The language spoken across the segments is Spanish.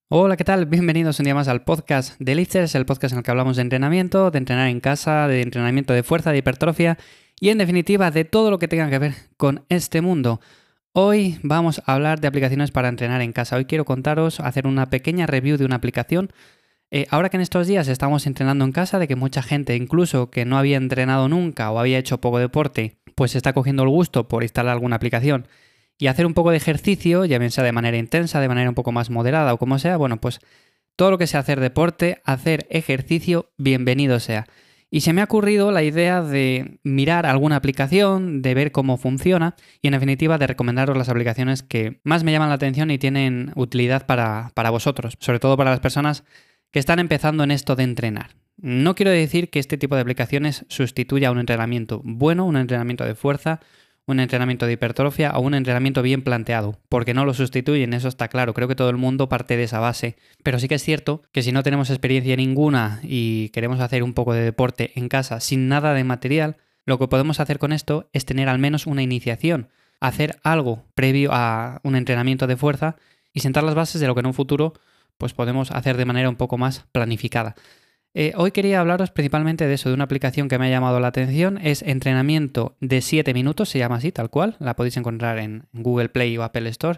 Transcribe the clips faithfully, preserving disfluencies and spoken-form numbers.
Hola, ¿qué tal? Bienvenidos un día más al podcast de Lifters, el podcast en el que hablamos de entrenamiento, de entrenar en casa, de entrenamiento de fuerza, de hipertrofia y en definitiva de todo lo que tenga que ver con este mundo. Hoy vamos a hablar de aplicaciones para entrenar en casa. Hoy quiero contaros, hacer una pequeña review de una aplicación. Eh, ahora que en estos días estamos entrenando en casa, de que mucha gente, incluso que no había entrenado nunca o había hecho poco deporte, pues está cogiendo el gusto por instalar alguna aplicación y hacer un poco de ejercicio, ya bien sea de manera intensa, de manera un poco más moderada o como sea, bueno, pues todo lo que sea hacer deporte, hacer ejercicio, bienvenido sea. Y se me ha ocurrido la idea de mirar alguna aplicación, de ver cómo funciona y en definitiva de recomendaros las aplicaciones que más me llaman la atención y tienen utilidad para, para vosotros, sobre todo para las personas que están empezando en esto de entrenar. No quiero decir que este tipo de aplicaciones sustituya un entrenamiento bueno, un entrenamiento de fuerza, un entrenamiento de hipertrofia o un entrenamiento bien planteado, porque no lo sustituyen, eso está claro, creo que todo el mundo parte de esa base, pero sí que es cierto que si no tenemos experiencia ninguna y queremos hacer un poco de deporte en casa sin nada de material, lo que podemos hacer con esto es tener al menos una iniciación, hacer algo previo a un entrenamiento de fuerza y sentar las bases de lo que en un futuro pues podemos hacer de manera un poco más planificada. Eh, hoy quería hablaros principalmente de eso, de una aplicación que me ha llamado la atención, es Entrenamiento de siete minutos, se llama así, tal cual, la podéis encontrar en Google Play o Apple Store.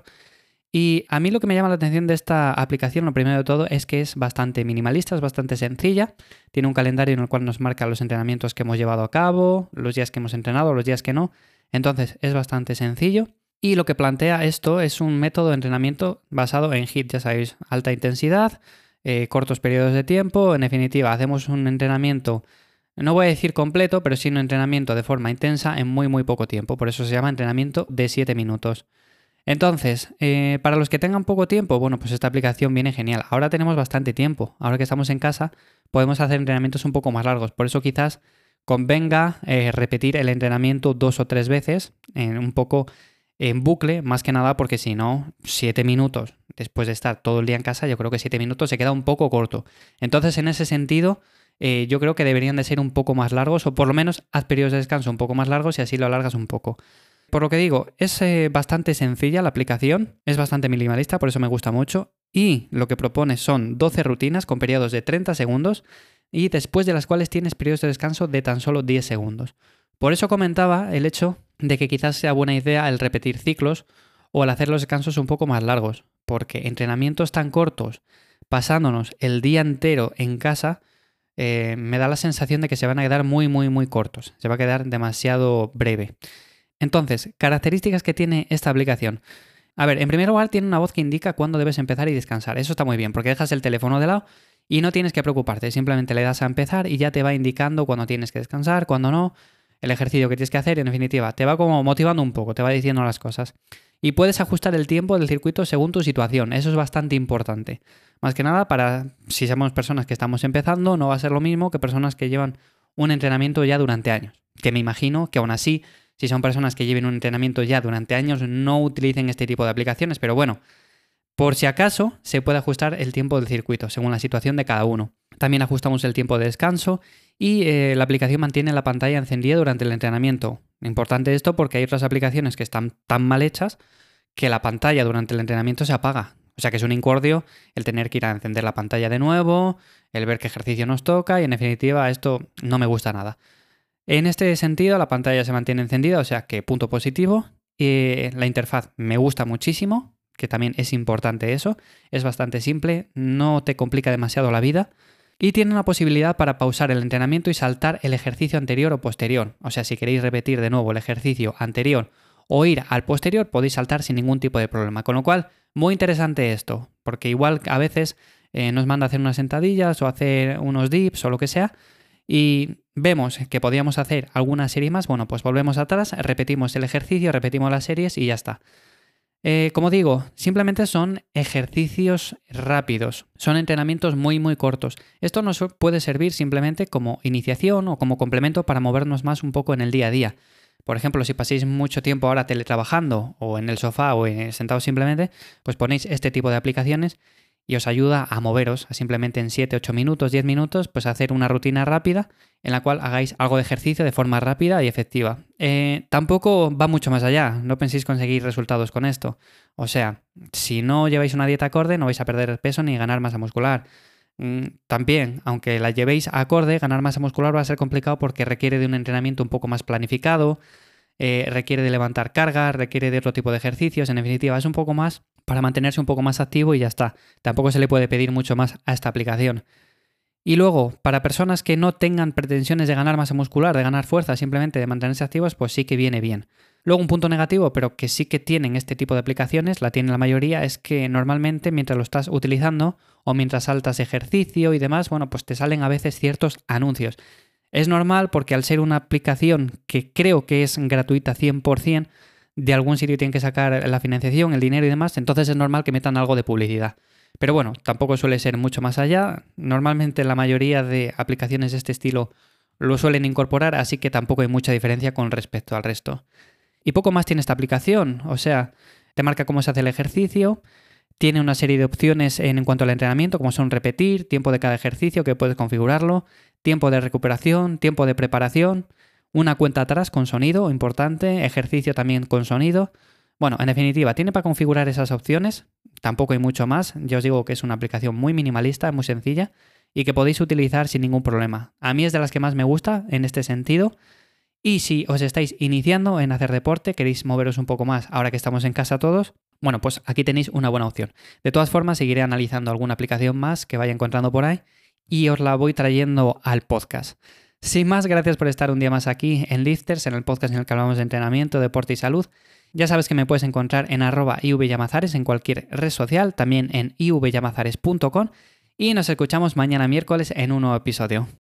Y a mí lo que me llama la atención de esta aplicación, lo primero de todo, es que es bastante minimalista, es bastante sencilla, tiene un calendario en el cual nos marca los entrenamientos que hemos llevado a cabo, los días que hemos entrenado, los días que no, entonces es bastante sencillo. Y lo que plantea esto es un método de entrenamiento basado en HIIT, ya sabéis, alta intensidad, Eh, cortos periodos de tiempo. En definitiva, hacemos un entrenamiento, no voy a decir completo, pero sí un entrenamiento de forma intensa en muy muy poco tiempo. Por eso se llama entrenamiento de siete minutos. Entonces, eh, para los que tengan poco tiempo, bueno, pues esta aplicación viene genial. Ahora tenemos bastante tiempo. Ahora que estamos en casa, podemos hacer entrenamientos un poco más largos. Por eso quizás convenga eh, repetir el entrenamiento dos o tres veces, en un poco en bucle, más que nada porque si no, siete minutos después de estar todo el día en casa, yo creo que siete minutos se queda un poco corto. Entonces, en ese sentido, eh, yo creo que deberían de ser un poco más largos o por lo menos haz periodos de descanso un poco más largos y así lo alargas un poco. Por lo que digo, es eh, bastante sencilla la aplicación, es bastante minimalista, por eso me gusta mucho y lo que propone son doce rutinas con periodos de treinta segundos y después de las cuales tienes periodos de descanso de tan solo diez segundos. Por eso comentaba el hecho de que quizás sea buena idea el repetir ciclos o el hacer los descansos un poco más largos, porque entrenamientos tan cortos, pasándonos el día entero en casa, eh, me da la sensación de que se van a quedar muy, muy, muy cortos, se va a quedar demasiado breve. Entonces, características que tiene esta aplicación. A ver, en primer lugar tiene una voz que indica cuándo debes empezar y descansar, eso está muy bien, porque dejas el teléfono de lado y no tienes que preocuparte, simplemente le das a empezar y ya te va indicando cuándo tienes que descansar, cuándo no, el ejercicio que tienes que hacer, en definitiva, te va como motivando un poco, te va diciendo las cosas. Y puedes ajustar el tiempo del circuito según tu situación, eso es bastante importante. Más que nada para, si somos personas que estamos empezando, no va a ser lo mismo que personas que llevan un entrenamiento ya durante años. Que me imagino que aún así, si son personas que lleven un entrenamiento ya durante años, no utilicen este tipo de aplicaciones, pero bueno, por si acaso, se puede ajustar el tiempo del circuito según la situación de cada uno. También ajustamos el tiempo de descanso y eh, la aplicación mantiene la pantalla encendida durante el entrenamiento. Importante esto porque hay otras aplicaciones que están tan mal hechas que la pantalla durante el entrenamiento se apaga. O sea que es un incordio el tener que ir a encender la pantalla de nuevo, el ver qué ejercicio nos toca y en definitiva esto no me gusta nada. En este sentido la pantalla se mantiene encendida, o sea que punto positivo. Y la interfaz me gusta muchísimo, que también es importante eso, es bastante simple, no te complica demasiado la vida y tiene una posibilidad para pausar el entrenamiento y saltar el ejercicio anterior o posterior. O sea, si queréis repetir de nuevo el ejercicio anterior o ir al posterior, podéis saltar sin ningún tipo de problema. Con lo cual, muy interesante esto, porque igual a veces eh, nos manda a hacer unas sentadillas o hacer unos dips o lo que sea y vemos que podíamos hacer alguna serie más, bueno, pues volvemos atrás, repetimos el ejercicio, repetimos las series y ya está. Eh, como digo, simplemente son ejercicios rápidos, son entrenamientos muy muy cortos. Esto nos puede servir simplemente como iniciación o como complemento para movernos más un poco en el día a día. Por ejemplo, si pasáis mucho tiempo ahora teletrabajando o en el sofá o eh, sentados simplemente, pues ponéis este tipo de aplicaciones y os ayuda a moveros, a simplemente en siete, ocho minutos, diez minutos, pues hacer una rutina rápida en la cual hagáis algo de ejercicio de forma rápida y efectiva. Eh, tampoco va mucho más allá, no penséis conseguir resultados con esto. O sea, si no lleváis una dieta acorde, no vais a perder peso ni ganar masa muscular. Mm, también, aunque la llevéis acorde, ganar masa muscular va a ser complicado porque requiere de un entrenamiento un poco más planificado, eh, requiere de levantar cargas, requiere de otro tipo de ejercicios. En definitiva, es un poco más para mantenerse un poco más activo y ya está. Tampoco se le puede pedir mucho más a esta aplicación. Y luego, para personas que no tengan pretensiones de ganar masa muscular, de ganar fuerza, simplemente de mantenerse activos, pues sí que viene bien. Luego, un punto negativo, pero que sí que tienen este tipo de aplicaciones, la tienen la mayoría, es que normalmente mientras lo estás utilizando o mientras saltas ejercicio y demás, bueno, pues te salen a veces ciertos anuncios. Es normal porque al ser una aplicación que creo que es gratuita cien por ciento, de algún sitio tienen que sacar la financiación, el dinero y demás, entonces es normal que metan algo de publicidad. Pero bueno, tampoco suele ser mucho más allá. Normalmente la mayoría de aplicaciones de este estilo lo suelen incorporar, así que tampoco hay mucha diferencia con respecto al resto. Y poco más tiene esta aplicación, o sea, te marca cómo se hace el ejercicio, tiene una serie de opciones en, en cuanto al entrenamiento, como son repetir, tiempo de cada ejercicio, que puedes configurarlo, tiempo de recuperación, tiempo de preparación, una cuenta atrás con sonido, importante, ejercicio también con sonido. Bueno, en definitiva, tiene para configurar esas opciones, tampoco hay mucho más, ya os digo que es una aplicación muy minimalista, muy sencilla y que podéis utilizar sin ningún problema. A mí es de las que más me gusta en este sentido y si os estáis iniciando en hacer deporte, queréis moveros un poco más ahora que estamos en casa todos, bueno, pues aquí tenéis una buena opción. De todas formas, seguiré analizando alguna aplicación más que vaya encontrando por ahí y os la voy trayendo al podcast. Sin más, gracias por estar un día más aquí en Lifters, en el podcast en el que hablamos de entrenamiento, deporte y salud. Ya sabes que me puedes encontrar en arroba ivyamazares en cualquier red social, también en ivyamazares punto com y nos escuchamos mañana miércoles en un nuevo episodio.